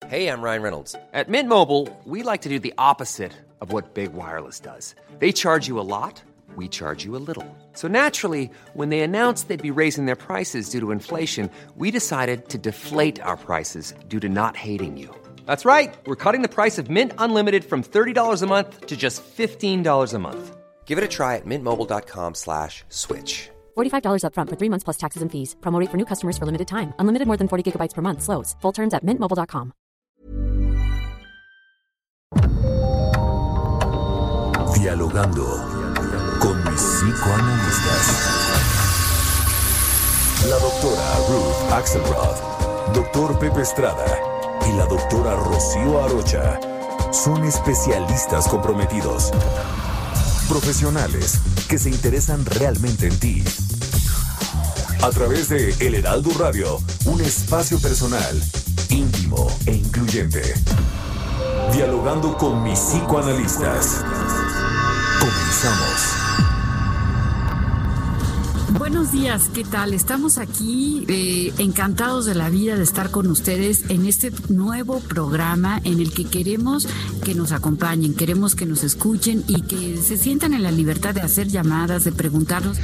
Hey, I'm Ryan Reynolds. At Mint Mobile, we like to do the opposite of what Big Wireless does. They charge you a lot, we charge you a little. So naturally, when they announced they'd be raising their prices due to inflation, we decided to deflate our prices due to not hating you. That's right. We're cutting the price of Mint Unlimited from $30 a month to just $15 a month. Give it a try at mintmobile.com/switch. $45 up front for 3 months plus taxes and fees. Promo rate for new customers for limited time. Unlimited more than 40 gigabytes per month. Slows full terms at mintmobile.com. Dialogando con mis psicoanalistas. La doctora Ruth Axelrod, doctor Pepe Estrada y la doctora Rocío Arocha son especialistas comprometidos, profesionales que se interesan realmente en ti. A través de El Heraldo Radio, un espacio personal, íntimo e incluyente. Dialogando con mis psicoanalistas. Comenzamos. Buenos días, ¿qué tal? Estamos aquí encantados de la vida de estar con ustedes en este nuevo programa en el que queremos que nos acompañen, queremos que nos escuchen y que se sientan en la libertad de hacer llamadas, de preguntarnos.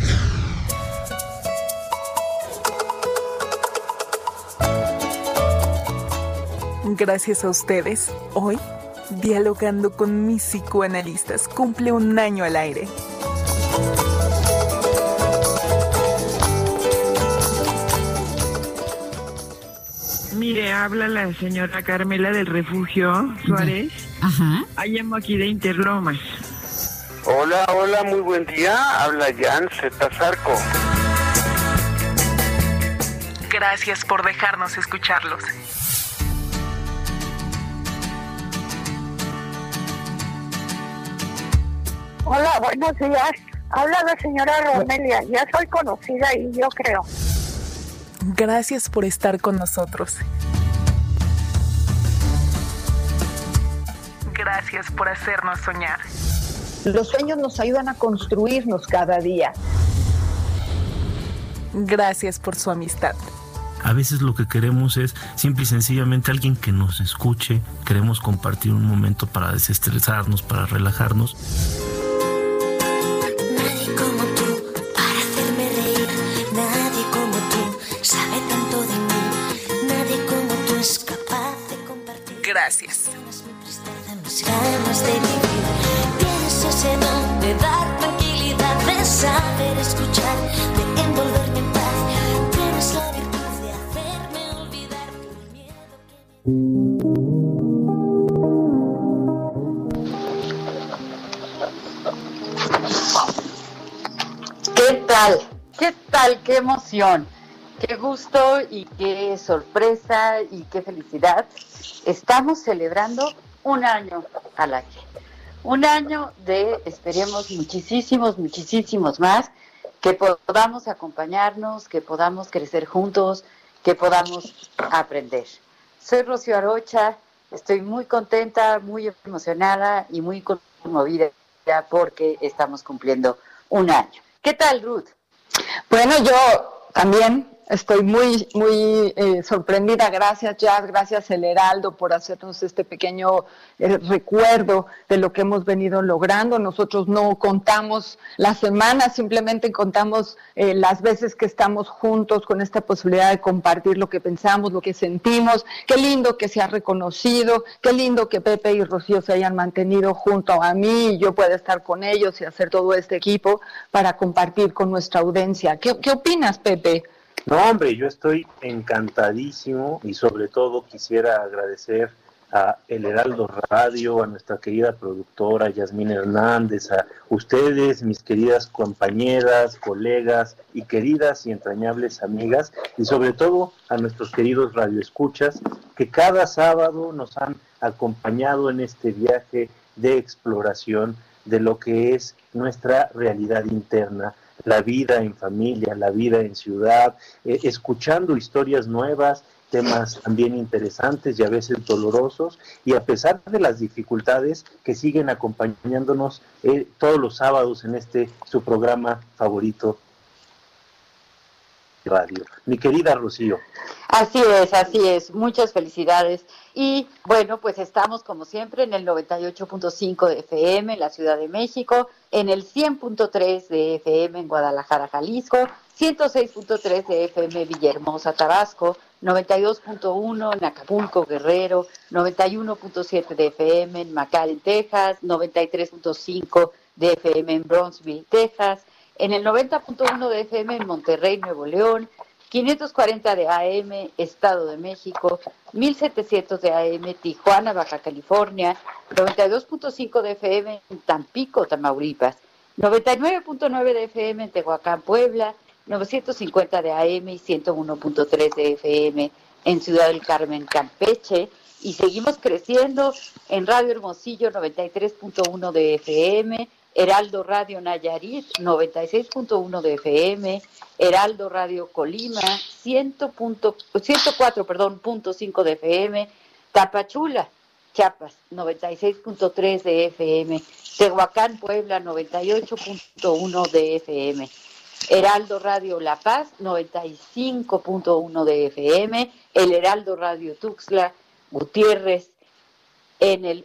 Gracias a ustedes, hoy, Dialogando con mis psicoanalistas cumple un año al aire. Mire, habla la señora Carmela del Refugio Suárez. Ajá. Llamo aquí de Interlomas. Hola, muy buen día. Habla Jan Zetazarco. Gracias por dejarnos escucharlos. Hola, buenos días. Habla la señora Romelia. Ya soy conocida ahí, yo creo. Gracias por estar con nosotros. Gracias por hacernos soñar. Los sueños nos ayudan a construirnos cada día. Gracias por su amistad. A veces lo que queremos es simple y sencillamente alguien que nos escuche. Queremos compartir un momento para desestresarnos, para relajarnos. Nadie como tú, para hacerme reír. Nadie como tú, sabe tanto de mí. Nadie como tú es capaz de compartir. Gracias. Mis ganas de vivir. Tienes ese don de dar tranquilidad, de saber escuchar, de envolverme en paz. Tienes la virtud de hacerme olvidar el miedo ¿Qué tal? ¿Qué tal? ¡Qué emoción! ¡Qué gusto y qué sorpresa y qué felicidad! Estamos celebrando un año al aire. Un año de, esperemos, muchísimos más, que podamos acompañarnos, que podamos crecer juntos, que podamos aprender. Soy Rocío Arocha, estoy muy contenta, muy emocionada y muy conmovida porque estamos cumpliendo un año. ¿Qué tal, Ruth? Bueno, yo también estoy muy sorprendida. Gracias, Jazz, gracias, El Heraldo, por hacernos este pequeño recuerdo de lo que hemos venido logrando. Nosotros no contamos las semanas, simplemente contamos las veces que estamos juntos con esta posibilidad de compartir lo que pensamos, lo que sentimos. Qué lindo que se ha reconocido, qué lindo que Pepe y Rocío se hayan mantenido junto a mí y yo pueda estar con ellos y hacer todo este equipo para compartir con nuestra audiencia. ¿Qué opinas, Pepe? No, hombre, yo estoy encantadísimo y sobre todo quisiera agradecer a El Heraldo Radio, a nuestra querida productora Yasmín Hernández, a ustedes, mis queridas compañeras, colegas y queridas y entrañables amigas, y sobre todo a nuestros queridos radioescuchas que cada sábado nos han acompañado en este viaje de exploración de lo que es nuestra realidad interna, la vida en familia, la vida en ciudad, escuchando historias nuevas, temas también interesantes y a veces dolorosos, y a pesar de las dificultades que siguen acompañándonos todos los sábados en su programa favorito. Radio. Mi querida Rocío. Así es. Muchas felicidades. Y bueno, pues estamos como siempre en el 98.5 de FM en la Ciudad de México, en el 100.3 de FM en Guadalajara, Jalisco, 106.3 de FM Villahermosa, Tabasco, 92.1 en Acapulco, Guerrero, 91.7 de FM en McAllen, Texas, 93.5 de FM en Brownsville, Texas, en el 90.1 de FM en Monterrey, Nuevo León, 540 de AM, Estado de México, 1700 de AM, Tijuana, Baja California, 92.5 de FM en Tampico, Tamaulipas, 99.9 de FM en Tehuacán, Puebla, 950 de AM y 101.3 de FM en Ciudad del Carmen, Campeche, y seguimos creciendo en Radio Hermosillo, 93.1 de FM, Heraldo Radio Nayarit, 96.1 de FM, Heraldo Radio Colima, 104.5 de FM, Tapachula, Chiapas, 96.3 de FM, Tehuacán, Puebla, 98.1 de FM, Heraldo Radio La Paz, 95.1 de FM, el Heraldo Radio Tuxtla Gutiérrez en el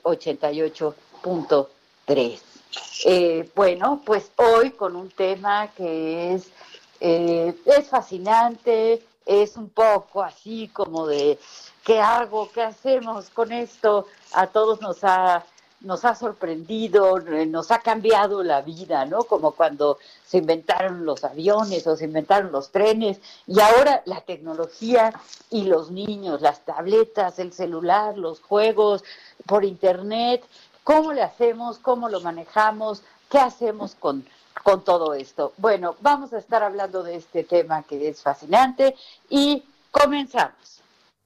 88.3. Bueno, pues hoy con un tema que es fascinante, es un poco así como de ¿qué hago? ¿Qué hacemos con esto? A todos nos ha sorprendido, nos ha cambiado la vida, ¿no? Como cuando se inventaron los aviones o se inventaron los trenes, y ahora la tecnología y los niños, las tabletas, el celular, los juegos por internet. ¿Cómo le hacemos? ¿Cómo lo manejamos? ¿Qué hacemos con todo esto? Bueno, vamos a estar hablando de este tema que es fascinante y comenzamos.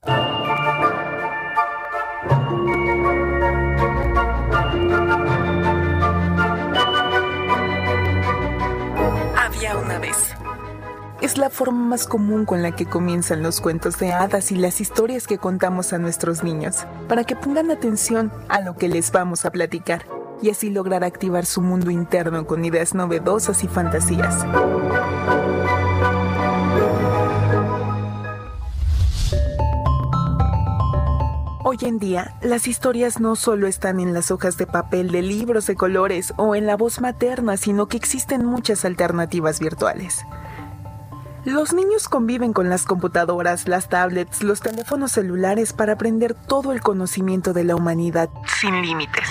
Había una vez. Es la forma más común con la que comienzan los cuentos de hadas y las historias que contamos a nuestros niños, para que pongan atención a lo que les vamos a platicar y así lograr activar su mundo interno con ideas novedosas y fantasías. Hoy en día, las historias no solo están en las hojas de papel de libros de colores o en la voz materna, sino que existen muchas alternativas virtuales. Los niños conviven con las computadoras, las tablets, los teléfonos celulares para aprender todo el conocimiento de la humanidad sin límites.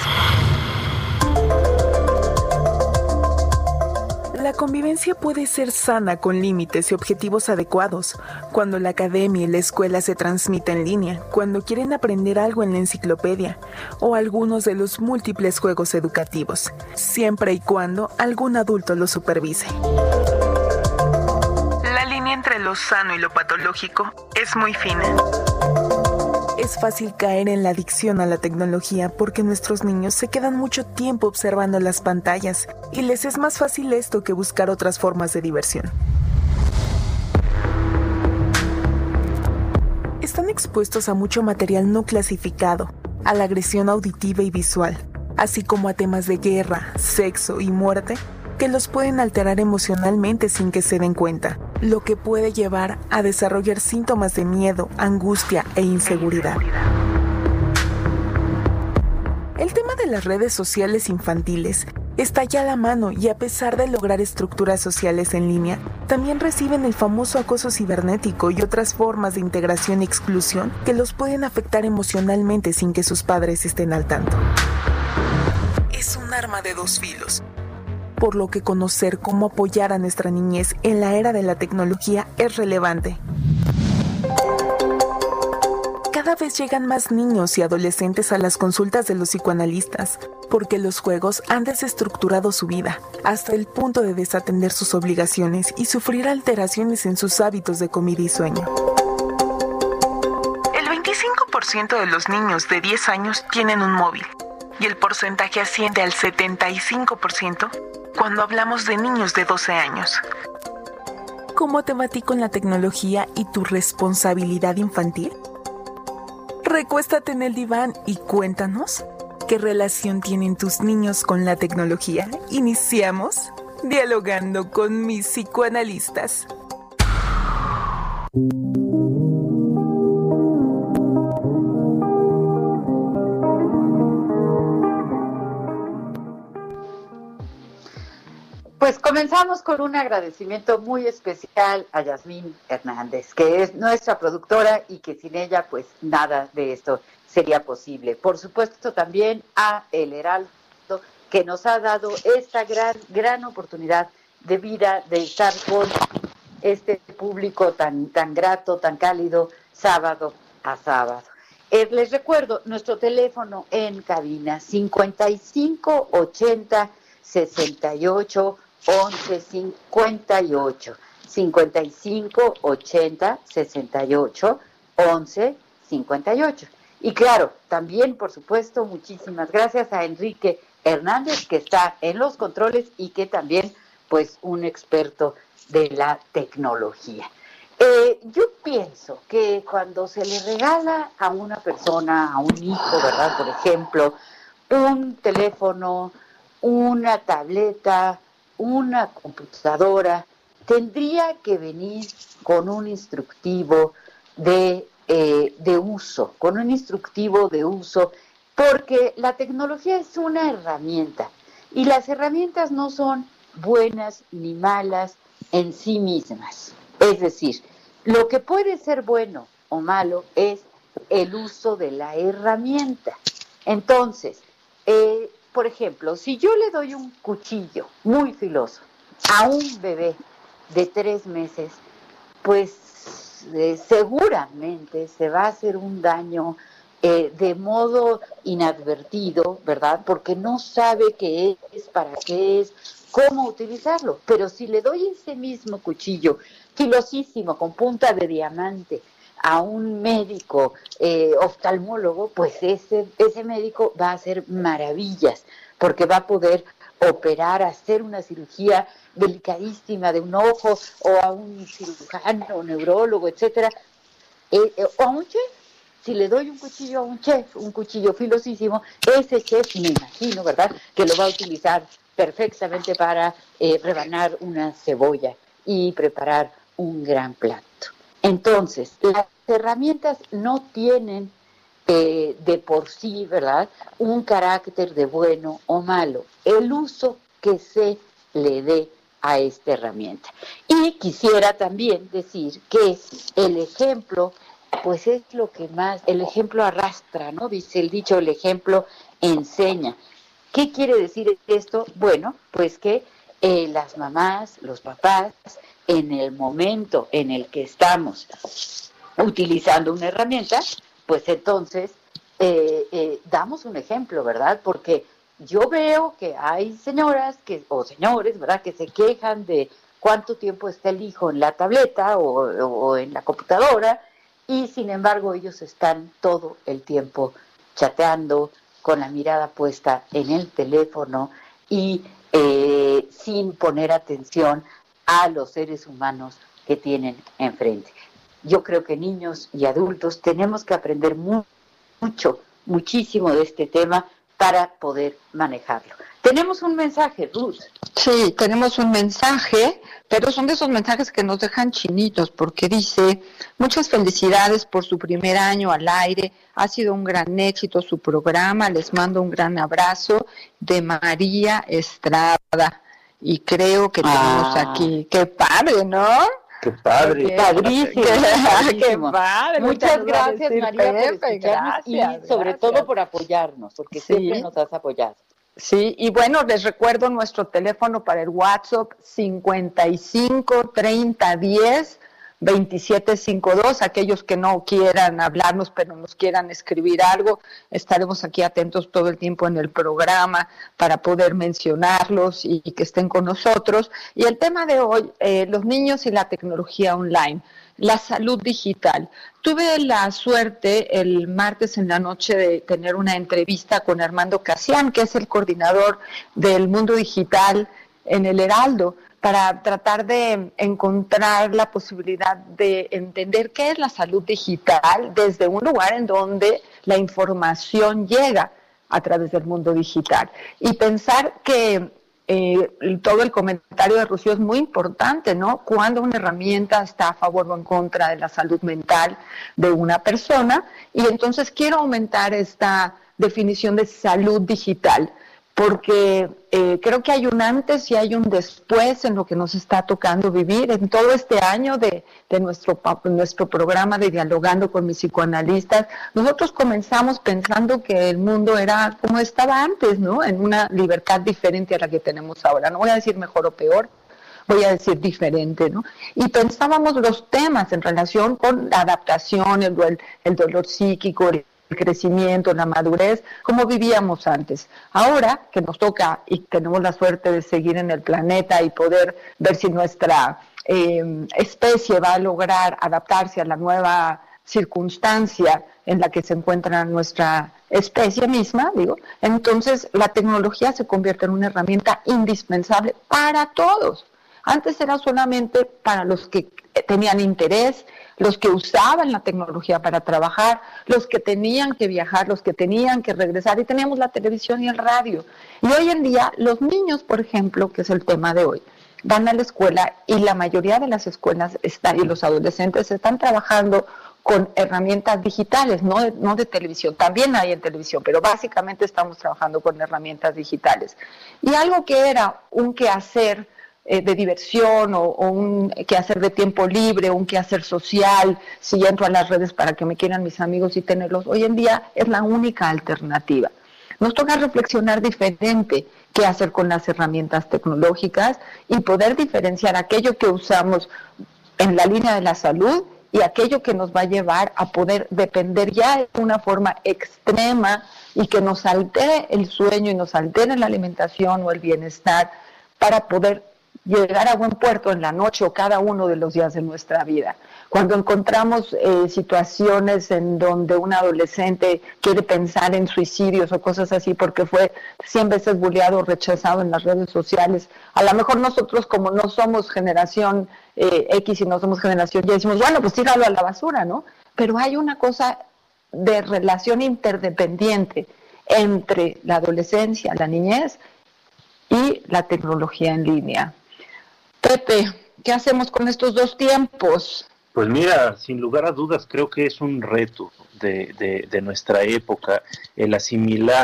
La convivencia puede ser sana con límites y objetivos adecuados, cuando la academia y la escuela se transmiten en línea, cuando quieren aprender algo en la enciclopedia o algunos de los múltiples juegos educativos, siempre y cuando algún adulto lo supervise. La línea entre lo sano y lo patológico es muy fina. Es fácil caer en la adicción a la tecnología porque nuestros niños se quedan mucho tiempo observando las pantallas y les es más fácil esto que buscar otras formas de diversión. Están expuestos a mucho material no clasificado, a la agresión auditiva y visual, así como a temas de guerra, sexo y muerte que los pueden alterar emocionalmente sin que se den cuenta, lo que puede llevar a desarrollar síntomas de miedo, angustia e inseguridad. El tema de las redes sociales infantiles está ya a la mano y a pesar de lograr estructuras sociales en línea, también reciben el famoso acoso cibernético y otras formas de integración y exclusión que los pueden afectar emocionalmente sin que sus padres estén al tanto. Es un arma de dos filos, por lo que conocer cómo apoyar a nuestra niñez en la era de la tecnología es relevante. Cada vez llegan más niños y adolescentes a las consultas de los psicoanalistas, porque los juegos han desestructurado su vida, hasta el punto de desatender sus obligaciones y sufrir alteraciones en sus hábitos de comida y sueño. El 25% de los niños de 10 años tienen un móvil, y el porcentaje asciende al 75% cuando hablamos de niños de 12 años. ¿Cómo te va a ti con la tecnología y tu responsabilidad infantil? Recuéstate en el diván y cuéntanos qué relación tienen tus niños con la tecnología. Iniciamos dialogando con mis psicoanalistas. Pues comenzamos con un agradecimiento muy especial a Yasmín Hernández, que es nuestra productora y que sin ella pues nada de esto sería posible. Por supuesto también a El Heraldo, que nos ha dado esta gran oportunidad de vida, de estar con este público tan grato, tan cálido, sábado a sábado. Les recuerdo nuestro teléfono en cabina 5580 68 11 58, 55 80 68 11 58. Y claro, también por supuesto muchísimas gracias a Enrique Hernández, que está en los controles y que también pues un experto de la tecnología. Yo pienso que cuando se le regala a una persona, a un hijo, ¿verdad? Por ejemplo, un teléfono, una tableta, una computadora, tendría que venir con un instructivo de uso, porque la tecnología es una herramienta y las herramientas no son buenas ni malas en sí mismas. Es decir, lo que puede ser bueno o malo es el uso de la herramienta. Entonces, por ejemplo, si yo le doy un cuchillo muy filoso a un bebé de 3 meses, pues seguramente se va a hacer un daño de modo inadvertido, ¿verdad? Porque no sabe qué es, para qué es, cómo utilizarlo. Pero si le doy ese mismo cuchillo filosísimo con punta de diamante a un médico oftalmólogo, pues ese médico va a hacer maravillas, porque va a poder operar, hacer una cirugía delicadísima de un ojo, o a un cirujano, neurólogo, etcétera, o a un chef. Si le doy un cuchillo a un chef, un cuchillo filosísimo, ese chef, me imagino, ¿verdad?, que lo va a utilizar perfectamente para rebanar una cebolla y preparar un gran plato. Entonces, las herramientas no tienen de por sí, ¿verdad?, un carácter de bueno o malo. El uso que se le dé a esta herramienta. Y quisiera también decir que el ejemplo, pues es lo que más, el ejemplo arrastra, ¿no? Dice el dicho, el ejemplo enseña. ¿Qué quiere decir esto? Bueno, pues que las mamás, los papás, en el momento en el que estamos utilizando una herramienta, pues entonces damos un ejemplo, ¿verdad? Porque yo veo que hay señoras o señores, ¿verdad?, que se quejan de cuánto tiempo está el hijo en la tableta o en la computadora, y sin embargo ellos están todo el tiempo chateando, con la mirada puesta en el teléfono y sin poner atención a los seres humanos que tienen enfrente. Yo creo que niños y adultos tenemos que aprender muchísimo de este tema para poder manejarlo. Tenemos un mensaje, Ruth. Sí, tenemos un mensaje, pero son de esos mensajes que nos dejan chinitos, porque dice: muchas felicidades por su primer año al aire, ha sido un gran éxito su programa, les mando un gran abrazo de María Estrada. Y creo que tenemos aquí, qué padre, ¿no? Qué padre. Padrísimo. Qué padre. Muchas gracias, María, por escucharnos, gracias, y sobre todo por apoyarnos, porque siempre nos has apoyado. Sí, y bueno, les recuerdo nuestro teléfono para el WhatsApp, 55 30 10 2752. Aquellos que no quieran hablarnos, pero nos quieran escribir algo, estaremos aquí atentos todo el tiempo en el programa para poder mencionarlos y que estén con nosotros. Y el tema de hoy, los niños y la tecnología online, la salud digital. Tuve la suerte el martes en la noche de tener una entrevista con Armando Casian, que es el coordinador del mundo digital en el Heraldo, para tratar de encontrar la posibilidad de entender qué es la salud digital desde un lugar en donde la información llega a través del mundo digital. Y pensar que todo el comentario de Rocío es muy importante, ¿no? Cuando una herramienta está a favor o en contra de la salud mental de una persona. Y entonces quiero aumentar esta definición de salud digital, porque creo que hay un antes y hay un después en lo que nos está tocando vivir en todo este año de nuestro programa de Dialogando con mis psicoanalistas. Nosotros comenzamos pensando que el mundo era como estaba antes, ¿no? En una libertad diferente a la que tenemos ahora. No voy a decir mejor o peor, voy a decir diferente, ¿no? Y pensábamos los temas en relación con la adaptación, el dolor psíquico, el crecimiento, la madurez, como vivíamos antes. Ahora que nos toca y tenemos la suerte de seguir en el planeta y poder ver si nuestra especie va a lograr adaptarse a la nueva circunstancia en la que se encuentra nuestra especie misma, entonces la tecnología se convierte en una herramienta indispensable para todos. Antes era solamente para los que tenían interés, los que usaban la tecnología para trabajar, los que tenían que viajar, los que tenían que regresar, y teníamos la televisión y el radio. Y hoy en día los niños, por ejemplo, que es el tema de hoy, van a la escuela y la mayoría de las escuelas y los adolescentes están trabajando con herramientas digitales, no de televisión. También hay en televisión, pero básicamente estamos trabajando con herramientas digitales. Y algo que era un quehacer de diversión o un quehacer de tiempo libre, un quehacer social, si entro a las redes para que me quieran mis amigos y tenerlos, hoy en día es la única alternativa. Nos toca reflexionar diferente qué hacer con las herramientas tecnológicas y poder diferenciar aquello que usamos en la línea de la salud y aquello que nos va a llevar a poder depender ya de una forma extrema y que nos altere el sueño y nos altere la alimentación o el bienestar para poder llegar a buen puerto en la noche o cada uno de los días de nuestra vida. Cuando encontramos situaciones en donde un adolescente quiere pensar en suicidios o cosas así porque fue 100 veces bulleado o rechazado en las redes sociales, a lo mejor nosotros, como no somos generación X y no somos generación Y, decimos, bueno, pues tíralo a la basura, ¿no? Pero hay una cosa de relación interdependiente entre la adolescencia, la niñez y la tecnología en línea. Pepe, ¿qué hacemos con estos dos tiempos? Pues mira, sin lugar a dudas creo que es un reto de nuestra época el asimilar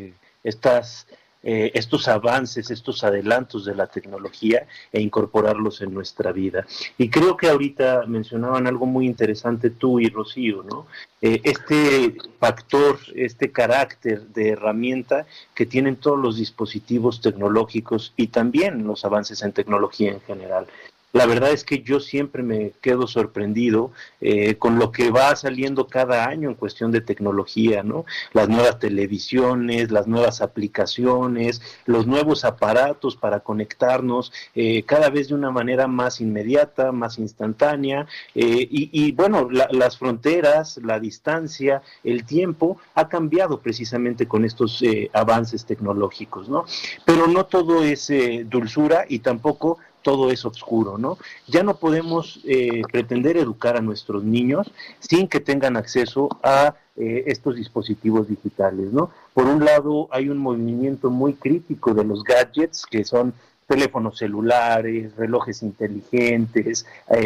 estos avances, estos adelantos de la tecnología e incorporarlos en nuestra vida. Y creo que ahorita mencionaban algo muy interesante tú y Rocío, ¿no? Este factor, este carácter de herramienta que tienen todos los dispositivos tecnológicos y también los avances en tecnología en general. La verdad es que yo siempre me quedo sorprendido con lo que va saliendo cada año en cuestión de tecnología, ¿no? Las nuevas televisiones, las nuevas aplicaciones, los nuevos aparatos para conectarnos cada vez de una manera más inmediata, más instantánea, y bueno, las fronteras, la distancia, el tiempo ha cambiado precisamente con estos avances tecnológicos, ¿no? Pero no todo es dulzura y tampoco todo es oscuro, ¿no? Ya no podemos pretender educar a nuestros niños sin que tengan acceso a estos dispositivos digitales, ¿no? Por un lado, hay un movimiento muy crítico de los gadgets, que son teléfonos celulares, relojes inteligentes,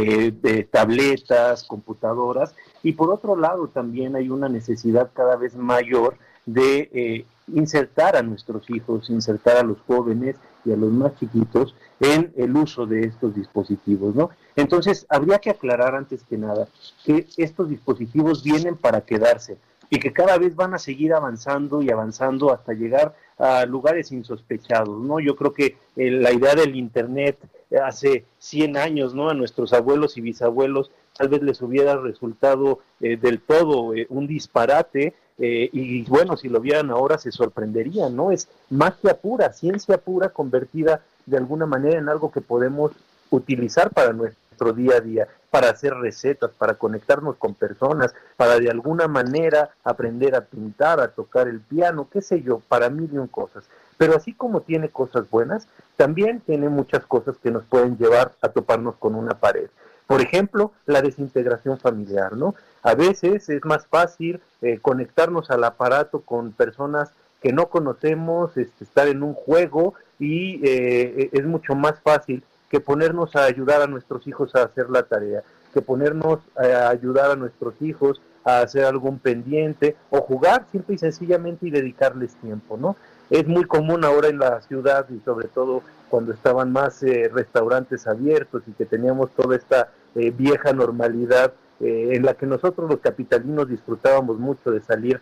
tabletas, computadoras, y por otro lado también hay una necesidad cada vez mayor de insertar a nuestros hijos, insertar a los jóvenes y a los más chiquitos en el uso de estos dispositivos, ¿no? Entonces, habría que aclarar antes que nada que estos dispositivos vienen para quedarse y que cada vez van a seguir avanzando y avanzando hasta llegar a lugares insospechados, ¿no? Yo creo que la idea del Internet hace 100 años, ¿no? A nuestros abuelos y bisabuelos tal vez les hubiera resultado del todo un disparate, y bueno, si lo vieran ahora se sorprenderían, ¿no? Es magia pura, ciencia pura convertida de alguna manera en algo que podemos utilizar para nuestro día a día, para hacer recetas, para conectarnos con personas, para de alguna manera aprender a pintar, a tocar el piano, qué sé yo, para 1,000,000 cosas. Pero así como tiene cosas buenas, también tiene muchas cosas que nos pueden llevar a toparnos con una pared. Por ejemplo, la desintegración familiar, ¿no? A veces es más fácil conectarnos al aparato con personas que no conocemos, estar en un juego, y es mucho más fácil que ponernos a ayudar a nuestros hijos a hacer la tarea, que ponernos a ayudar a nuestros hijos a hacer algún pendiente o jugar simple y sencillamente y dedicarles tiempo, ¿no? Es muy común ahora en la ciudad, y sobre todo cuando estaban más restaurantes abiertos y que teníamos toda esta vieja normalidad en la que nosotros los capitalinos disfrutábamos mucho de salir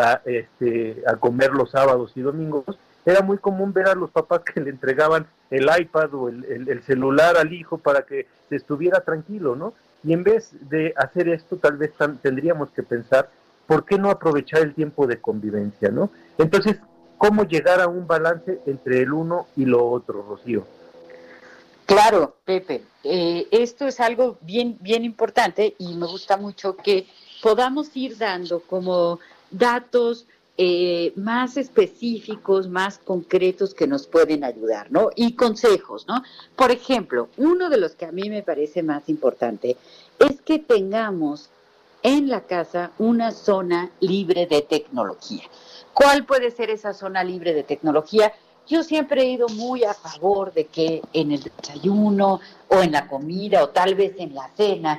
a comer los sábados y domingos. Era muy común ver a los papás que le entregaban el iPad o el celular al hijo para que se estuviera tranquilo, ¿no? Y en vez de hacer esto, tal vez tendríamos que pensar, ¿por qué no aprovechar el tiempo de convivencia, ¿no? Entonces, ¿cómo llegar a un balance entre el uno y lo otro, Rocío? Claro, Pepe, esto es algo bien importante, y me gusta mucho que podamos ir dando como datos más específicos, más concretos, que nos pueden ayudar, ¿no? Y consejos, ¿no? Por ejemplo, uno de los que a mí me parece más importante es que tengamos en la casa una zona libre de tecnología. ¿Cuál puede ser esa zona libre de tecnología? Yo siempre he ido muy a favor de que en el desayuno o en la comida o tal vez en la cena,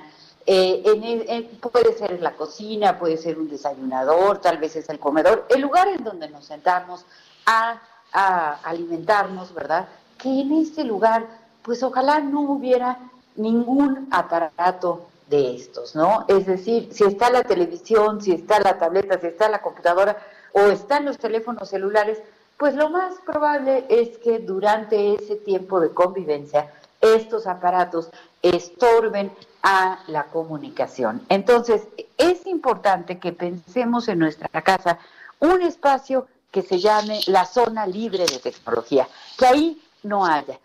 puede ser en la cocina, puede ser un desayunador, tal vez es el comedor, el lugar en donde nos sentamos a alimentarnos, ¿verdad? Que en ese lugar, pues ojalá no hubiera ningún aparato de estos, ¿no? Es decir, si está la televisión, si está la tableta, si está la computadora o están los teléfonos celulares, pues lo más probable es que durante ese tiempo de convivencia estos aparatos estorben a la comunicación. Entonces, es importante que pensemos en nuestra casa un espacio que se llame la zona libre de tecnología, que ahí no haya,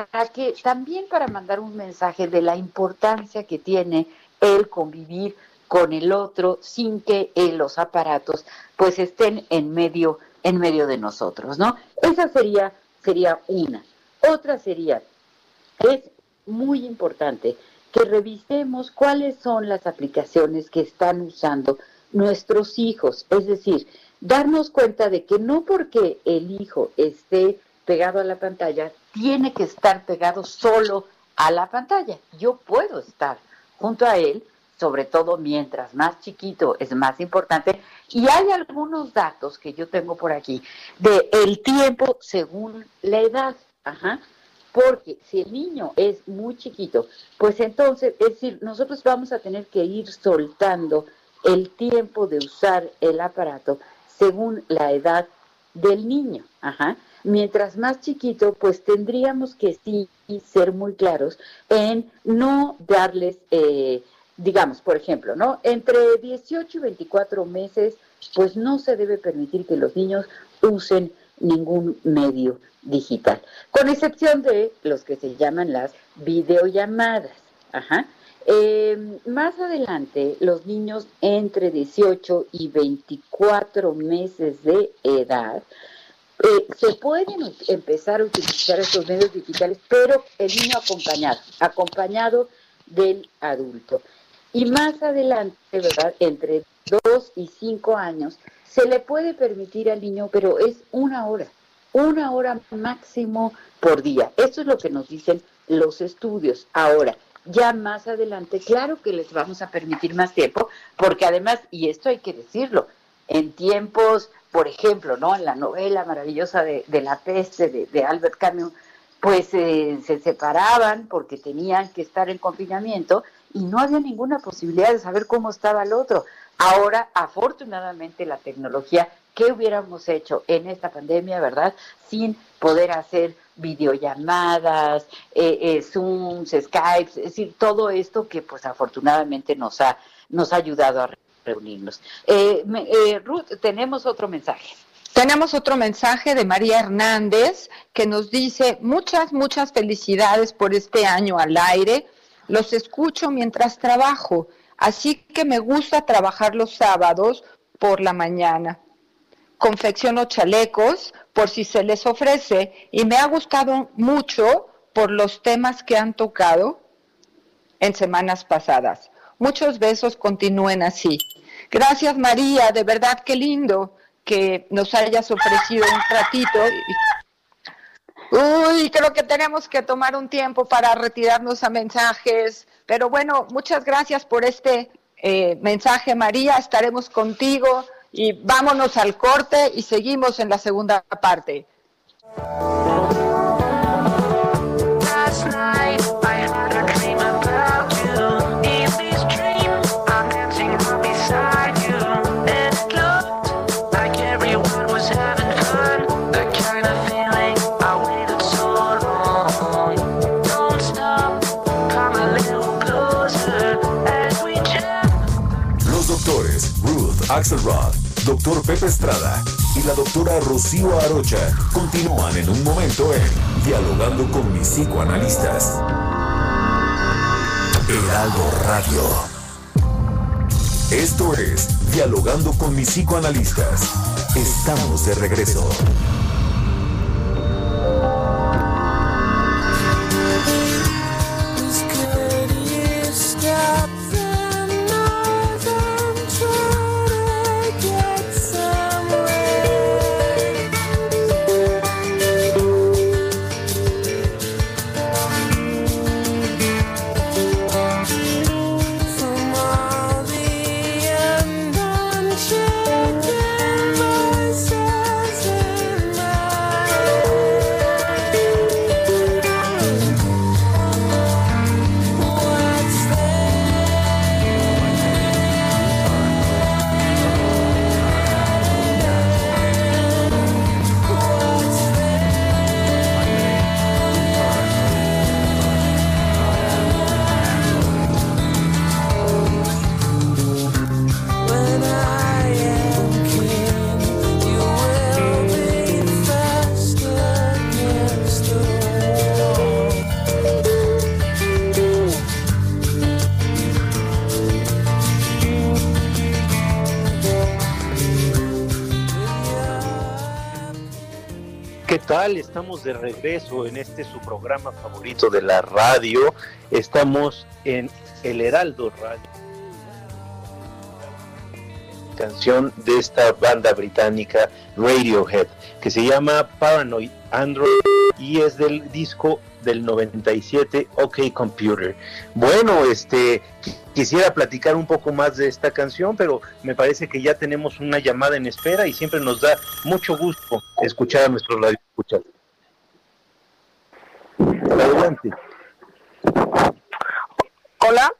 para mandar un mensaje de la importancia que tiene el convivir con el otro sin que los aparatos pues estén en medio de nosotros, ¿no? Esa sería una. Otra sería, es muy importante que revisemos cuáles son las aplicaciones que están usando nuestros hijos, es decir, darnos cuenta de que no porque el hijo esté pegado a la pantalla, tiene que estar pegado solo a la pantalla. Yo puedo estar junto a él, sobre todo mientras más chiquito es más importante, y hay algunos datos que yo tengo por aquí de el tiempo según la edad, porque si el niño es muy chiquito, pues entonces, es decir, nosotros vamos a tener que ir soltando el tiempo de usar el aparato según la edad del niño, Mientras más chiquito, pues tendríamos que sí ser muy claros en no darles, digamos, por ejemplo, ¿no? Entre 18 y 24 meses, pues no se debe permitir que los niños usen ningún medio digital, con excepción de los que se llaman las videollamadas. Más adelante, los niños entre 18 y 24 meses de edad, se pueden empezar a utilizar estos medios digitales, pero el niño acompañado del adulto. Y más adelante, ¿verdad?, entre 2 y 5 años, se le puede permitir al niño, pero es una hora máximo por día. Eso es lo que nos dicen los estudios. Ahora, ya más adelante, claro que les vamos a permitir más tiempo, porque además, y esto hay que decirlo, en tiempos, por ejemplo, ¿no?, en la novela maravillosa de La Peste de Albert Camus, pues se separaban porque tenían que estar en confinamiento y no había ninguna posibilidad de saber cómo estaba el otro. Ahora, afortunadamente, la tecnología, ¿qué hubiéramos hecho en esta pandemia, verdad?, sin poder hacer videollamadas, Zooms, Skypes, es decir, todo esto que pues afortunadamente nos ha ayudado a reunirnos. Ruth, tenemos otro mensaje. Tenemos otro mensaje de María Hernández que nos dice: muchas felicidades por este año al aire. Los escucho mientras trabajo, así que me gusta trabajar los sábados por la mañana. Confecciono chalecos por si se les ofrece y me ha gustado mucho por los temas que han tocado en semanas pasadas. Muchos besos, continúen así. Gracias, María, de verdad qué lindo que nos hayas ofrecido un ratito. Uy, creo que tenemos que tomar un tiempo para retirarnos a mensajes, pero bueno, muchas gracias por este mensaje, María, estaremos contigo y vámonos al corte y seguimos en la segunda parte. Axelrod, Dr. Pepe Estrada y la doctora Rocío Arocha continúan en un momento en Dialogando con mis psicoanalistas. Heraldo Radio. Esto es Dialogando con mis psicoanalistas. Estamos de regreso. ¿Qué tal? Estamos de regreso en su programa favorito de la radio. Estamos en El Heraldo Radio. Canción de esta banda británica Radiohead, que se llama Paranoid Android y es del disco del 97, OK Computer. Bueno, quisiera platicar un poco más de esta canción, pero me parece que ya tenemos una llamada en espera y siempre nos da mucho gusto escuchar a nuestros radioescuchas. Adelante. Hola.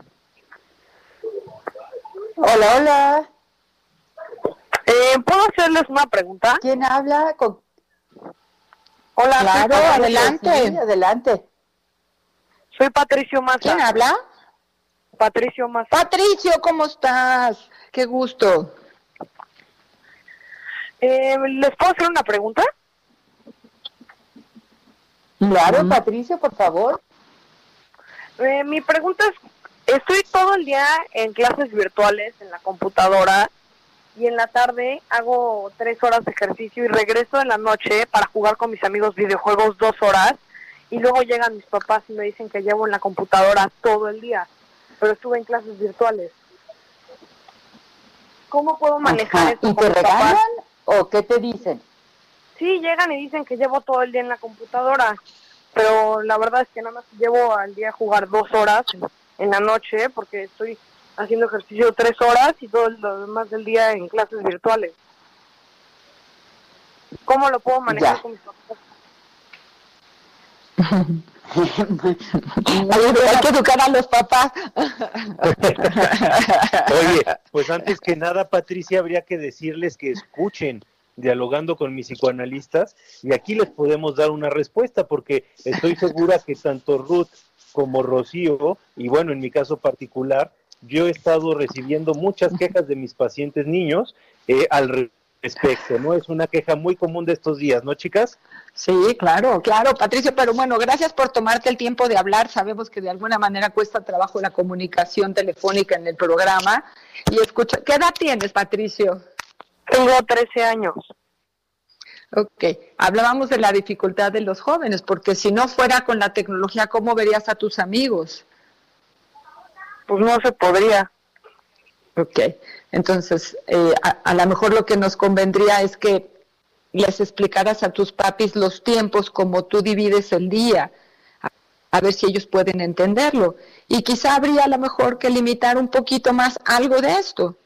Hola, hola. ¿Puedo hacerles una pregunta? ¿Quién habla? Hola, claro, adelante. Sí, adelante. Soy Patricio Maza. ¿Quién habla? Patricio Maza. Patricio, ¿cómo estás? Qué gusto. ¿Les puedo hacer una pregunta? Claro, Patricio, por favor. Mi pregunta es, estoy todo el día en clases virtuales en la computadora y en la tarde hago 3 horas de ejercicio y regreso en la noche para jugar con mis amigos videojuegos 2 horas y luego llegan mis papás y me dicen que llevo en la computadora todo el día, pero estuve en clases virtuales. ¿Cómo puedo manejar esto? ¿Y te regañan o qué te dicen? Sí, llegan y dicen que llevo todo el día en la computadora, pero la verdad es que nada más llevo al día a jugar 2 horas en la noche porque estoy haciendo ejercicio 3 horas y todo lo demás del día en clases virtuales. ¿Cómo lo puedo manejar con mis papás? Hay que educar a los papás. Oye, pues antes que nada, Patricia, habría que decirles que escuchen Dialogando con mis psicoanalistas y aquí les podemos dar una respuesta porque estoy segura que tanto Ruth como Rocío, y bueno, en mi caso particular, yo he estado recibiendo muchas quejas de mis pacientes niños al respecto, ¿no? Es una queja muy común de estos días, ¿no, chicas? Sí, claro, Patricio, pero bueno, gracias por tomarte el tiempo de hablar. Sabemos que de alguna manera cuesta trabajo la comunicación telefónica en el programa. Y escucha, ¿qué edad tienes, Patricio? Tengo 13 años. Ok, hablábamos de la dificultad de los jóvenes, porque si no fuera con la tecnología, ¿cómo verías a tus amigos? Pues no se podría. Ok, entonces a lo mejor lo que nos convendría es que les explicaras a tus papis los tiempos como tú divides el día, a ver si ellos pueden entenderlo. Y quizá habría a lo mejor que limitar un poquito más algo de esto.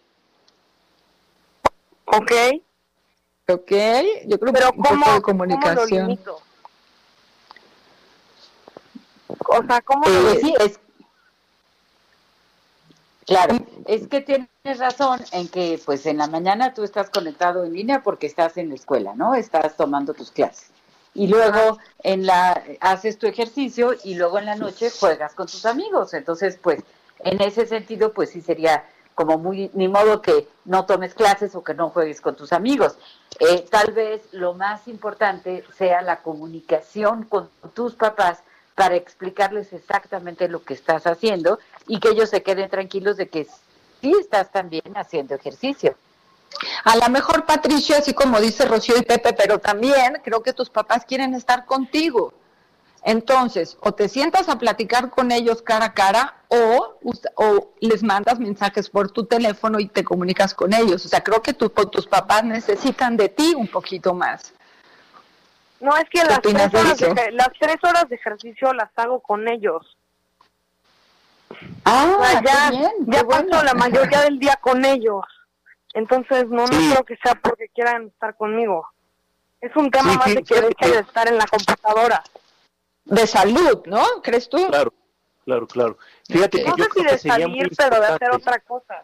Ok. Ok, yo creo que un poco de comunicación. ¿Cómo lo limito? O sea, ¿cómo sí, es claro, es que tienes razón en que pues en la mañana tú estás conectado en línea porque estás en la escuela, ¿no? Estás tomando tus clases. Y luego haces tu ejercicio y luego en la noche juegas con tus amigos. Entonces, pues en ese sentido, pues sí sería como muy, ni modo que no tomes clases o que no juegues con tus amigos. Tal vez lo más importante sea la comunicación con tus papás para explicarles exactamente lo que estás haciendo y que ellos se queden tranquilos de que sí estás también haciendo ejercicio. A lo mejor, Patricia, así como dice Rocío y Pepe, pero también creo que tus papás quieren estar contigo. Entonces, o te sientas a platicar con ellos cara a cara o les mandas mensajes por tu teléfono y te comunicas con ellos. O sea, creo que tus papás necesitan de ti un poquito más. No, es que las 3 horas de ejercicio las hago con ellos. O sea, ya paso la mayoría del día con ellos. Entonces, no creo que sea porque quieran estar conmigo. Es un tema más de que dejen de estar en la computadora. De salud, ¿no? ¿Crees tú? Claro. Fíjate que no sé si de salir, pero de hacer otra cosa.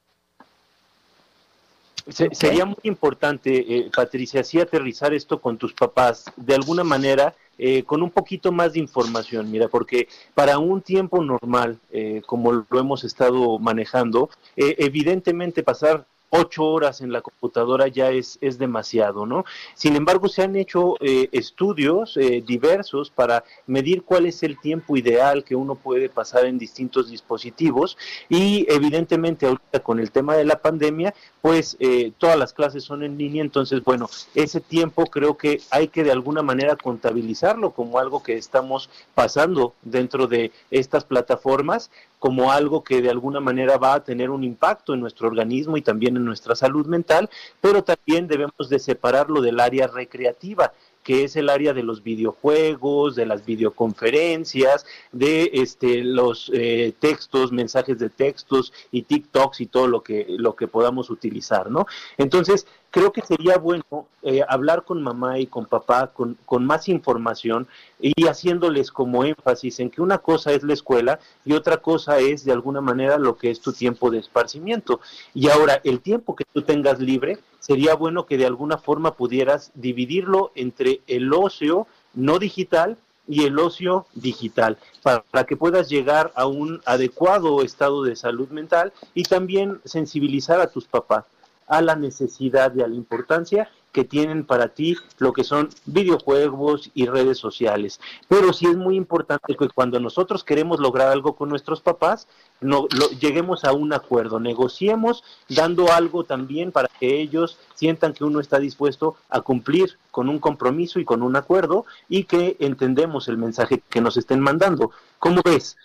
Sería muy importante, Patricia, sí aterrizar esto con tus papás, de alguna manera, con un poquito más de información, mira, porque para un tiempo normal, como lo hemos estado manejando, evidentemente pasar 8 horas en la computadora ya es demasiado, ¿no? Sin embargo, se han hecho estudios diversos para medir cuál es el tiempo ideal que uno puede pasar en distintos dispositivos y evidentemente ahorita con el tema de la pandemia, pues todas las clases son en línea, entonces, bueno, ese tiempo creo que hay que de alguna manera contabilizarlo como algo que estamos pasando dentro de estas plataformas, como algo que de alguna manera va a tener un impacto en nuestro organismo y también en nuestra salud mental, pero también debemos de separarlo del área recreativa, que es el área de los videojuegos, de las videoconferencias, de los textos, mensajes de textos y TikToks y todo lo que podamos utilizar, ¿no? Entonces, creo que sería bueno hablar con mamá y con papá con más información y haciéndoles como énfasis en que una cosa es la escuela y otra cosa es de alguna manera lo que es tu tiempo de esparcimiento. Y ahora, el tiempo que tú tengas libre, sería bueno que de alguna forma pudieras dividirlo entre el ocio no digital y el ocio digital, para que puedas llegar a un adecuado estado de salud mental y también sensibilizar a tus papás a la necesidad y a la importancia que tienen para ti lo que son videojuegos y redes sociales. Pero sí es muy importante que cuando nosotros queremos lograr algo con nuestros papás, lleguemos a un acuerdo, negociemos dando algo también para que ellos sientan que uno está dispuesto a cumplir con un compromiso y con un acuerdo y que entendemos el mensaje que nos estén mandando. ¿Cómo ves?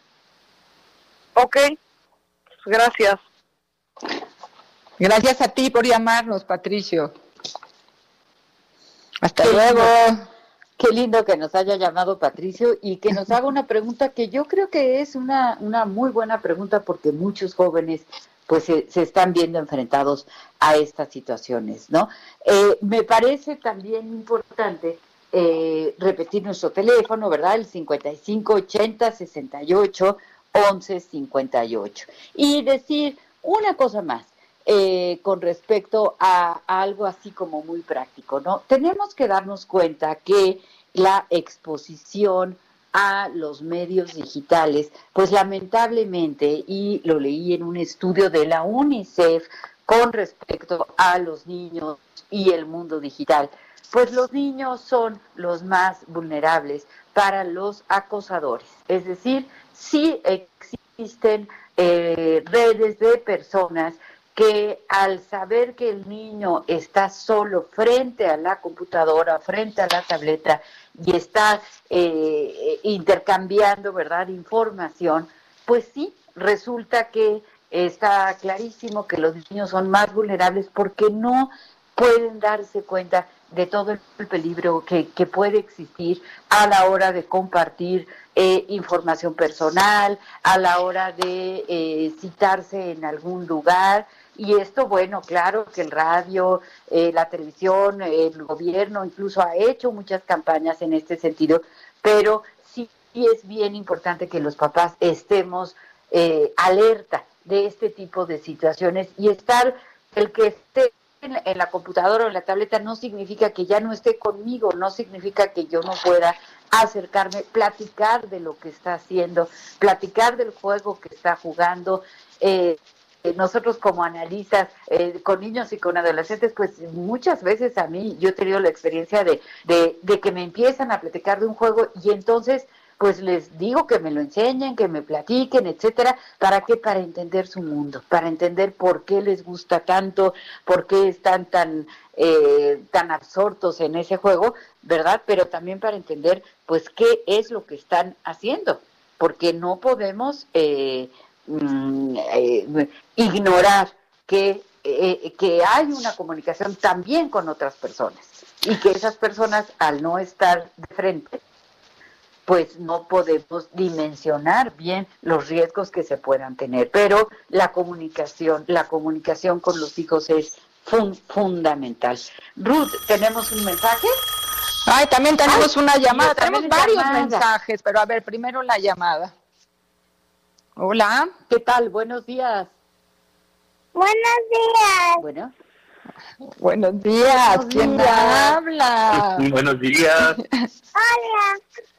Ok, gracias. Gracias a ti por llamarnos, Patricio. Hasta luego. Qué lindo que nos haya llamado Patricio y que nos haga una pregunta que yo creo que es una muy buena pregunta porque muchos jóvenes pues se están viendo enfrentados a estas situaciones, ¿no? Me parece también importante repetir nuestro teléfono, ¿verdad? El 5580-68-1158. Y decir una cosa más. Con respecto a algo así como muy práctico, ¿no? Tenemos que darnos cuenta que la exposición a los medios digitales, pues lamentablemente, y lo leí en un estudio de la UNICEF con respecto a los niños y el mundo digital, pues los niños son los más vulnerables para los acosadores. Es decir, sí existen redes de personas que al saber que el niño está solo frente a la computadora, frente a la tableta y está intercambiando, ¿verdad?, información, pues sí, resulta que está clarísimo que los niños son más vulnerables porque no pueden darse cuenta de todo el peligro que puede existir a la hora de compartir información personal, a la hora de citarse en algún lugar. Y esto, bueno, claro que el radio, la televisión, el gobierno incluso ha hecho muchas campañas en este sentido, pero sí es bien importante que los papás estemos alerta de este tipo de situaciones y el que esté en la computadora o en la tableta no significa que ya no esté conmigo, no significa que yo no pueda acercarme, platicar de lo que está haciendo, platicar del juego que está jugando. Nosotros como analistas con niños y con adolescentes, pues muchas veces yo he tenido la experiencia de que me empiezan a platicar de un juego y entonces pues les digo que me lo enseñen, que me platiquen, etcétera. ¿Para qué? Para entender su mundo, para entender por qué les gusta tanto, por qué están tan absortos en ese juego, ¿verdad? Pero también para entender, pues, qué es lo que están haciendo, porque no podemos ignorar que hay una comunicación también con otras personas y que esas personas, al no estar de frente, pues no podemos dimensionar bien los riesgos que se puedan tener. Pero la comunicación con los hijos es fundamental. Ruth, ¿tenemos un mensaje? Ay, también tenemos una llamada. Tenemos varios mensajes, pero a ver, primero la llamada. Hola. ¿Qué tal? Buenos días. Buenos días. Bueno. Buenos días. ¿Quién habla? Buenos días. Hola.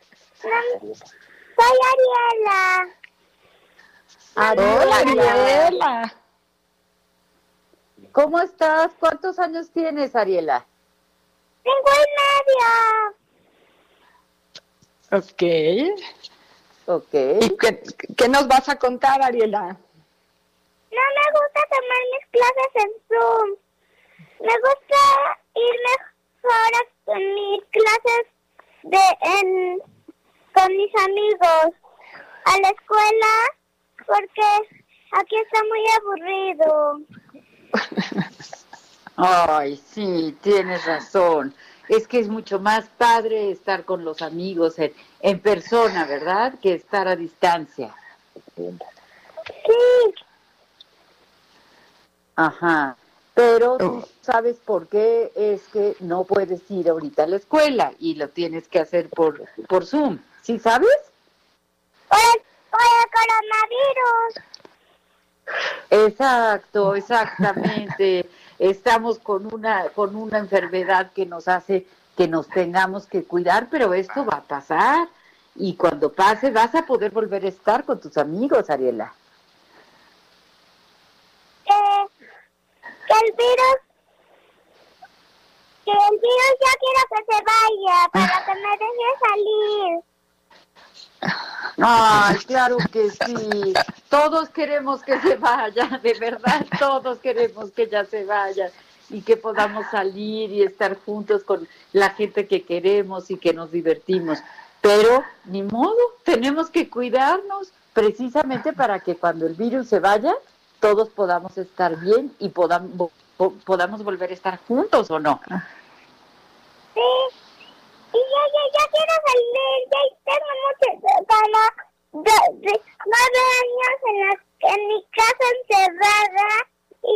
Soy Ariela. Hola, Ariela. ¿Cómo estás? ¿Cuántos años tienes, Ariela? 5 y medio. Ok. ¿Y qué nos vas a contar, Ariela? No me gusta tomar mis clases en Zoom. Me gusta ir mejor a mis clases con mis amigos a la escuela porque aquí está muy aburrido. Ay, sí, tienes razón. Es que es mucho más padre estar con los amigos en persona, ¿verdad? Que estar a distancia. Sí. Ajá. Pero tú sabes por qué es que no puedes ir ahorita a la escuela y lo tienes que hacer por Zoom. ¿Sí sabes? Por el coronavirus. Exacto, exactamente. Estamos con una enfermedad que nos hace que nos tengamos que cuidar, pero esto va a pasar. Y cuando pase vas a poder volver a estar con tus amigos, Ariela. Que el virus ya quiero que se vaya para que me deje salir. Ay, claro que sí. Todos queremos que se vaya, de verdad, todos queremos que ya se vaya y que podamos salir y estar juntos con la gente que queremos y que nos divertimos. Pero, ni modo, tenemos que cuidarnos precisamente para que cuando el virus se vaya, todos podamos estar bien y podamos volver a estar juntos, ¿o no? Sí. Y ya quiero salir, ya tengo como 9 años en mi casa encerrada y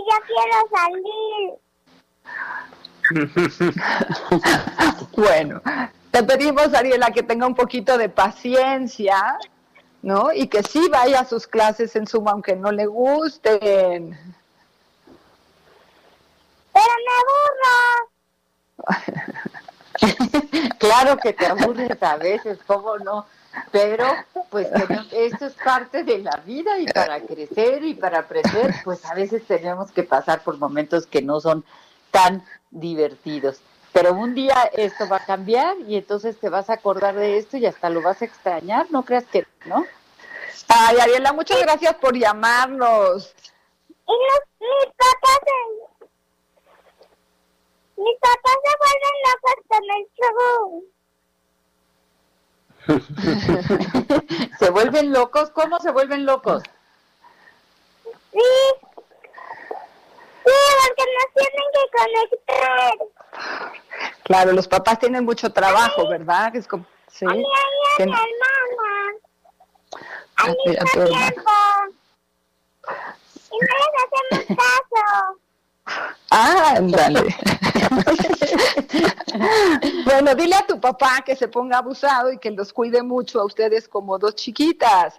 ya quiero salir. Bueno, te pedimos, Ariela, que tenga un poquito de paciencia, ¿no? Y que sí vaya a sus clases en Zoom, aunque no le gusten. Pero me aburro. Claro que te aburres a veces, ¿cómo no? Pero, pues, esto es parte de la vida y para crecer y para aprender, pues a veces tenemos que pasar por momentos que no son tan divertidos. Pero un día esto va a cambiar y entonces te vas a acordar de esto y hasta lo vas a extrañar, ¿no creas que no? Ay, Ariela, muchas gracias por llamarnos. Y mis papás se vuelven locos con el show. ¿Se vuelven locos? ¿Cómo se vuelven locos? Sí. Sí, porque nos tienen que conectar. Claro, los papás tienen mucho trabajo, ¿verdad? Es como, sí. A mi hermana. Al mismo tiempo. Y no les hacemos caso. Ándale. Bueno, dile a tu papá que se ponga abusado y que los cuide mucho a ustedes como dos chiquitas.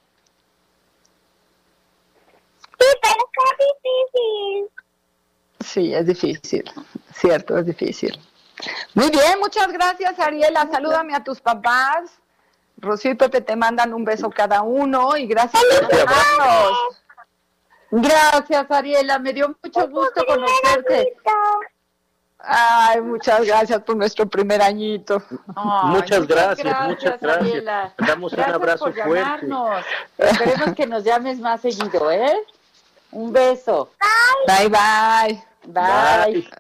Sí, pero está difícil. Sí, es difícil, cierto, es difícil. Muy bien, muchas gracias, Ariela. Salúdame a tus papás. Rocío y Pepe te mandan un beso cada uno y gracias por llamarnos. Gracias, Ariela, me dio mucho gusto conocerte. Ay, muchas gracias por nuestro primer añito. Ay, muchas gracias. Ariela. Damos un abrazo por fuerte. Llamarnos. Esperemos que nos llames más seguido, ¿eh? Un beso. Bye, bye. Bye.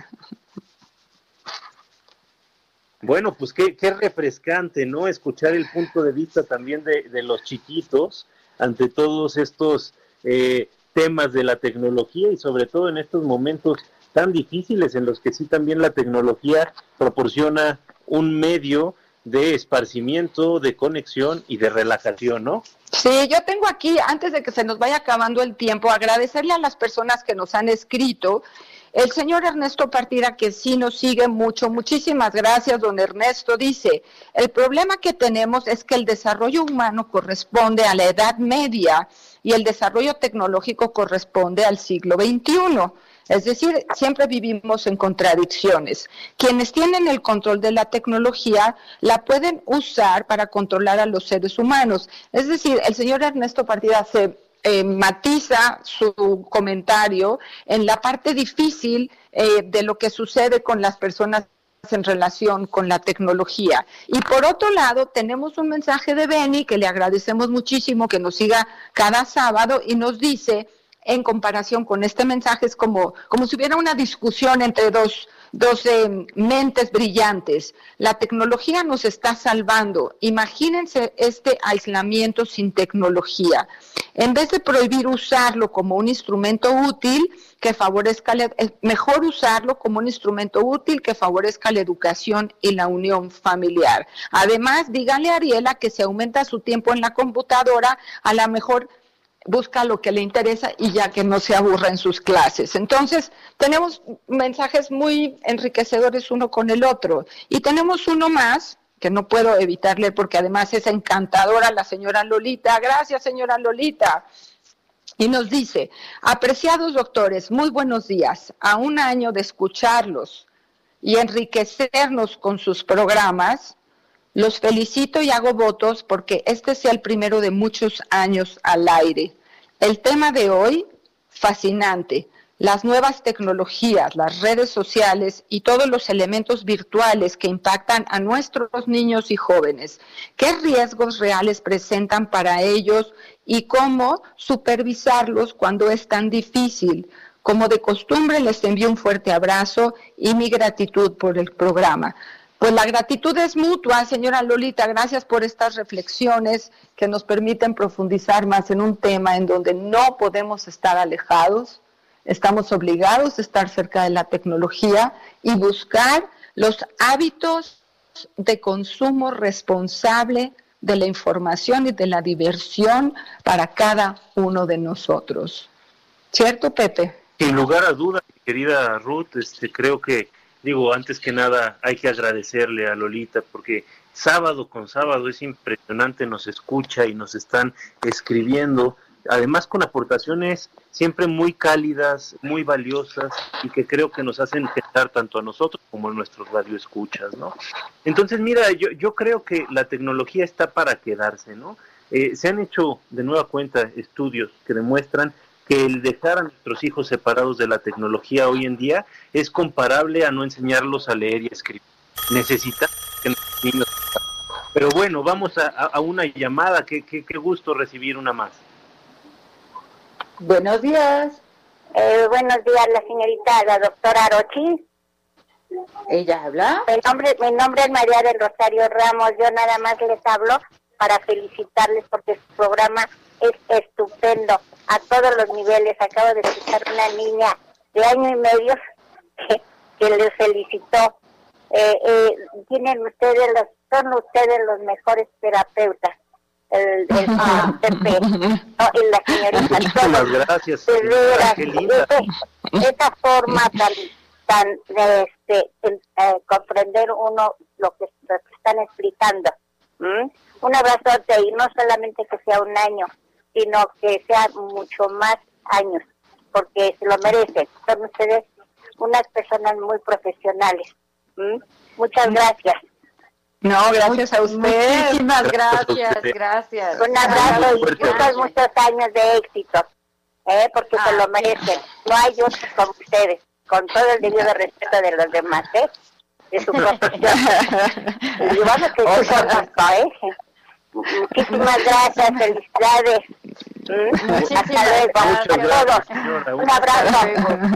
Bueno, pues qué refrescante, ¿no? Escuchar el punto de vista también de los chiquitos ante todos estos temas de la tecnología y sobre todo en estos momentos tan difíciles en los que sí también la tecnología proporciona un medio de esparcimiento, de conexión y de relajación, ¿no? Sí, yo tengo aquí, antes de que se nos vaya acabando el tiempo, agradecerle a las personas que nos han escrito. El señor Ernesto Partida, que sí nos sigue mucho, muchísimas gracias, don Ernesto, dice, el problema que tenemos es que el desarrollo humano corresponde a la Edad Media y el desarrollo tecnológico corresponde al siglo XXI. Es decir, siempre vivimos en contradicciones. Quienes tienen el control de la tecnología la pueden usar para controlar a los seres humanos. Es decir, el señor Ernesto Partida se matiza su comentario en la parte difícil de lo que sucede con las personas en relación con la tecnología. Y por otro lado, tenemos un mensaje de Beni, que le agradecemos muchísimo que nos siga cada sábado y nos dice, en comparación con este mensaje, es como si hubiera una discusión entre dos mentes brillantes. La tecnología nos está salvando. Imagínense este aislamiento sin tecnología. En vez de prohibir usarlo como un instrumento útil que favorezca, mejor usarlo como un instrumento útil que favorezca la educación y la unión familiar. Además, dígale a Ariela que si aumenta su tiempo en la computadora, a lo mejor busca lo que le interesa y ya que no se aburra en sus clases. Entonces, tenemos mensajes muy enriquecedores uno con el otro. Y tenemos uno más, que no puedo evitar leer porque además es encantadora, la señora Lolita. Gracias, señora Lolita. Y nos dice, apreciados doctores, muy buenos días. A un año de escucharlos y enriquecernos con sus programas, los felicito y hago votos porque este sea el primero de muchos años al aire. El tema de hoy, fascinante. Las nuevas tecnologías, las redes sociales y todos los elementos virtuales que impactan a nuestros niños y jóvenes. ¿Qué riesgos reales presentan para ellos y cómo supervisarlos cuando es tan difícil? Como de costumbre, les envío un fuerte abrazo y mi gratitud por el programa. Pues la gratitud es mutua, señora Lolita, gracias por estas reflexiones que nos permiten profundizar más en un tema en donde no podemos estar alejados, estamos obligados a estar cerca de la tecnología y buscar los hábitos de consumo responsable de la información y de la diversión para cada uno de nosotros. ¿Cierto, Pepe? Sin lugar a dudas, querida Ruth, creo que antes que nada hay que agradecerle a Lolita porque sábado con sábado es impresionante, nos escucha y nos están escribiendo, además con aportaciones siempre muy cálidas, muy valiosas y que creo que nos hacen pensar tanto a nosotros como a nuestros radioescuchas, ¿no? Entonces, mira, yo creo que la tecnología está para quedarse, ¿no? Se han hecho de nueva cuenta estudios que demuestran que el dejar a nuestros hijos separados de la tecnología hoy en día es comparable a no enseñarlos a leer y a escribir. Necesitan que los niños... Pero bueno, vamos a una llamada. Qué gusto recibir una más. Buenos días. Buenos días, la doctora Arochi. ¿Ella habla? Mi nombre es María del Rosario Ramos. Yo nada más les hablo para felicitarles porque su programa es estupendo a todos los niveles. Acabo de escuchar una niña de 1 año y medio que les felicitó. Son ustedes los mejores terapeutas. El señor Pepe y la señorita. Muchas gracias. De veras, Qué linda. esa forma tan comprender uno lo que están explicando. Un abrazote, y no solamente que sea 1 año, sino que sea mucho más años, porque se lo merecen. Son ustedes unas personas muy profesionales. Muchas gracias. No, gracias a usted. Muchísimas gracias. Un abrazo y muchos años de éxito, porque se lo merecen. No hay otros como ustedes, con todo el debido respeto de los demás, de su profesión. Y vamos que muchísimas gracias, felicidades. Hasta luego a todos. Un abrazo.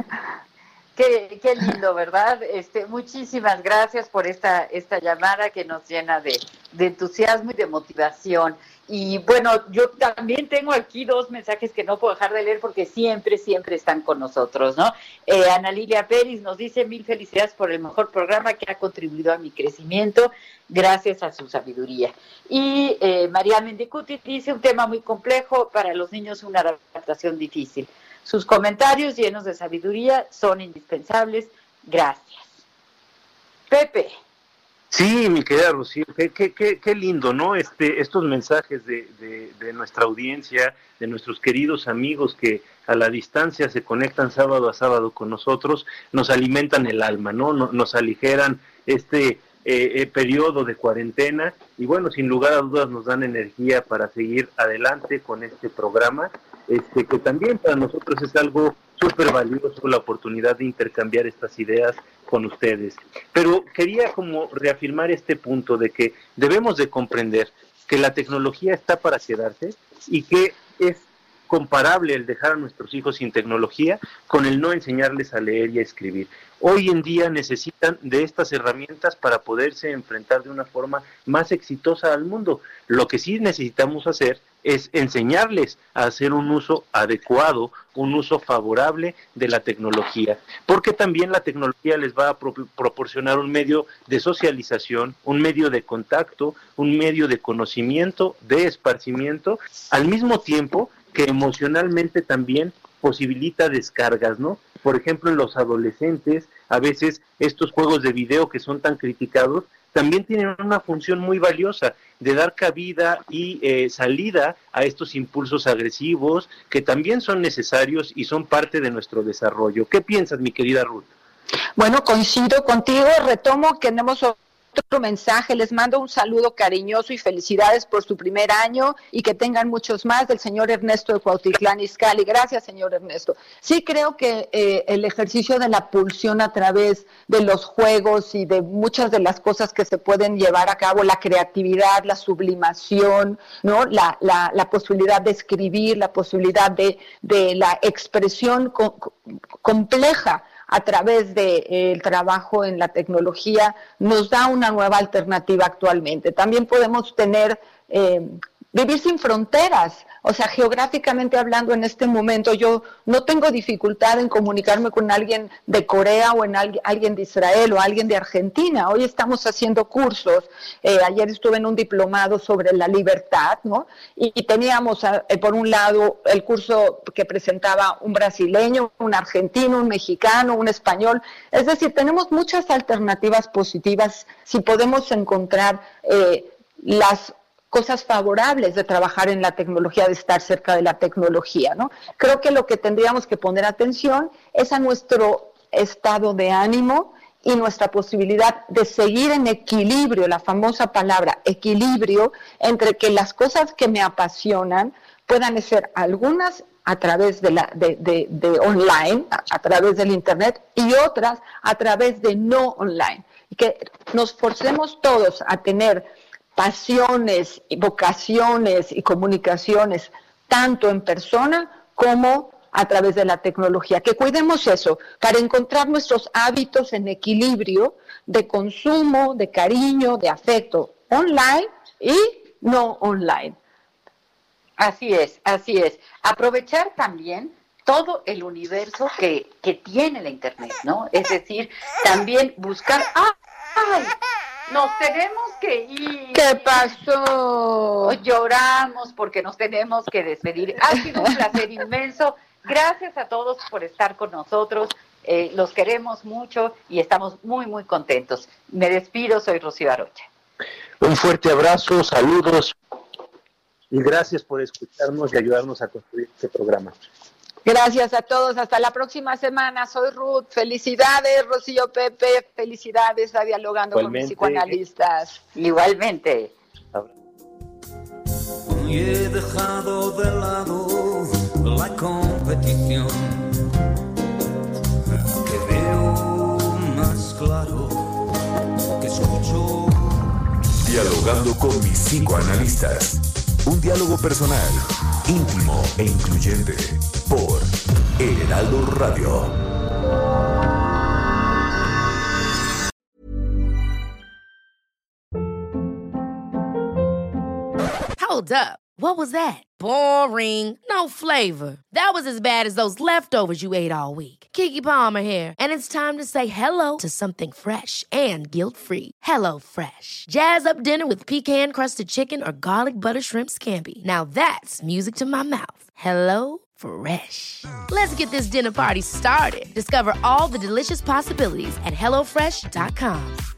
Qué lindo, ¿verdad? Muchísimas gracias por esta llamada que nos llena de entusiasmo y de motivación. Y bueno, yo también tengo aquí 2 mensajes que no puedo dejar de leer porque siempre están con nosotros, ¿no? Ana Lilia Pérez nos dice: 1000 felicidades por el mejor programa que ha contribuido a mi crecimiento, gracias a su sabiduría. Y María Mendicuti dice: un tema muy complejo, para los niños una adaptación difícil. Sus comentarios llenos de sabiduría son indispensables. Gracias. Pepe. Sí, mi querida Rocío, qué lindo, ¿no? Estos mensajes de nuestra audiencia, de nuestros queridos amigos que a la distancia se conectan sábado a sábado con nosotros, nos alimentan el alma, ¿no? Nos aligeran periodo de cuarentena, y bueno, sin lugar a dudas nos dan energía para seguir adelante con este programa, que también para nosotros es algo súper valioso, la oportunidad de intercambiar estas ideas con ustedes. Pero quería como reafirmar este punto de que debemos de comprender que la tecnología está para quedarse, y que es comparable el dejar a nuestros hijos sin tecnología con el no enseñarles a leer y a escribir. Hoy en día necesitan de estas herramientas para poderse enfrentar de una forma más exitosa al mundo. Lo que sí necesitamos hacer es enseñarles a hacer un uso adecuado, un uso favorable de la tecnología, porque también la tecnología les va a proporcionar un medio de socialización, un medio de contacto, un medio de conocimiento, de esparcimiento, al mismo tiempo que emocionalmente también posibilita descargas, ¿no? Por ejemplo, en los adolescentes, a veces estos juegos de video que son tan criticados, también tienen una función muy valiosa de dar cabida y salida a estos impulsos agresivos que también son necesarios y son parte de nuestro desarrollo. ¿Qué piensas, mi querida Ruth? Bueno, coincido contigo, retomo que tenemos otro mensaje, les mando un saludo cariñoso y felicidades por su primer año y que tengan muchos más, del señor Ernesto de Cuautitlán Izcalli. Gracias, señor Ernesto. Sí, creo que el ejercicio de la pulsión a través de los juegos y de muchas de las cosas que se pueden llevar a cabo, la creatividad, la sublimación, ¿no? La posibilidad de escribir, la posibilidad de la expresión compleja a través del trabajo en la tecnología, nos da una nueva alternativa actualmente. También podemos tener, vivir sin fronteras, o sea, geográficamente hablando en este momento, yo no tengo dificultad en comunicarme con alguien de Corea o en alguien de Israel o alguien de Argentina. Hoy estamos haciendo cursos, ayer estuve en un diplomado sobre la libertad, ¿no? Y teníamos por un lado el curso que presentaba un brasileño, un argentino, un mexicano, un español. Es decir, tenemos muchas alternativas positivas si podemos encontrar las cosas favorables de trabajar en la tecnología, de estar cerca de la tecnología, ¿no? Creo que lo que tendríamos que poner atención es a nuestro estado de ánimo y nuestra posibilidad de seguir en equilibrio, la famosa palabra equilibrio, entre que las cosas que me apasionan puedan ser algunas a través de online, a través del internet, y otras a través de no online. Y que nos forcemos todos a tener pasiones, vocaciones y comunicaciones, tanto en persona como a través de la tecnología. Que cuidemos eso, para encontrar nuestros hábitos en equilibrio de consumo, de cariño, de afecto, online y no online. Así es, así es. Aprovechar también todo el universo que tiene la Internet, ¿no? Es decir, también buscar... ¡Ay! Nos tenemos que ir. ¿Qué pasó? Lloramos porque nos tenemos que despedir. Ha sido un placer inmenso. Gracias a todos por estar con nosotros. Los queremos mucho y estamos muy, muy contentos. Me despido, soy Rocío Arocha. Un fuerte abrazo, saludos y gracias por escucharnos y ayudarnos a construir este programa. Gracias a todos, hasta la próxima semana. Soy Ruth, felicidades Rocío, Pepe, felicidades a Dialogando con mis psicoanalistas. Igualmente. Hoy he dejado de lado la competición, que veo más claro, que escucho. Dialogando con mis psicoanalistas. Un diálogo personal, íntimo e incluyente. Por El Heraldo Radio. Hold up. What was that? Boring. No flavor. That was as bad as those leftovers you ate all week. Keke Palmer here, and it's time to say hello to something fresh and guilt-free. Hello Fresh. Jazz up dinner with pecan-crusted chicken or garlic butter shrimp scampi. Now that's music to my mouth. Hello Fresh. Let's get this dinner party started. Discover all the delicious possibilities at HelloFresh.com.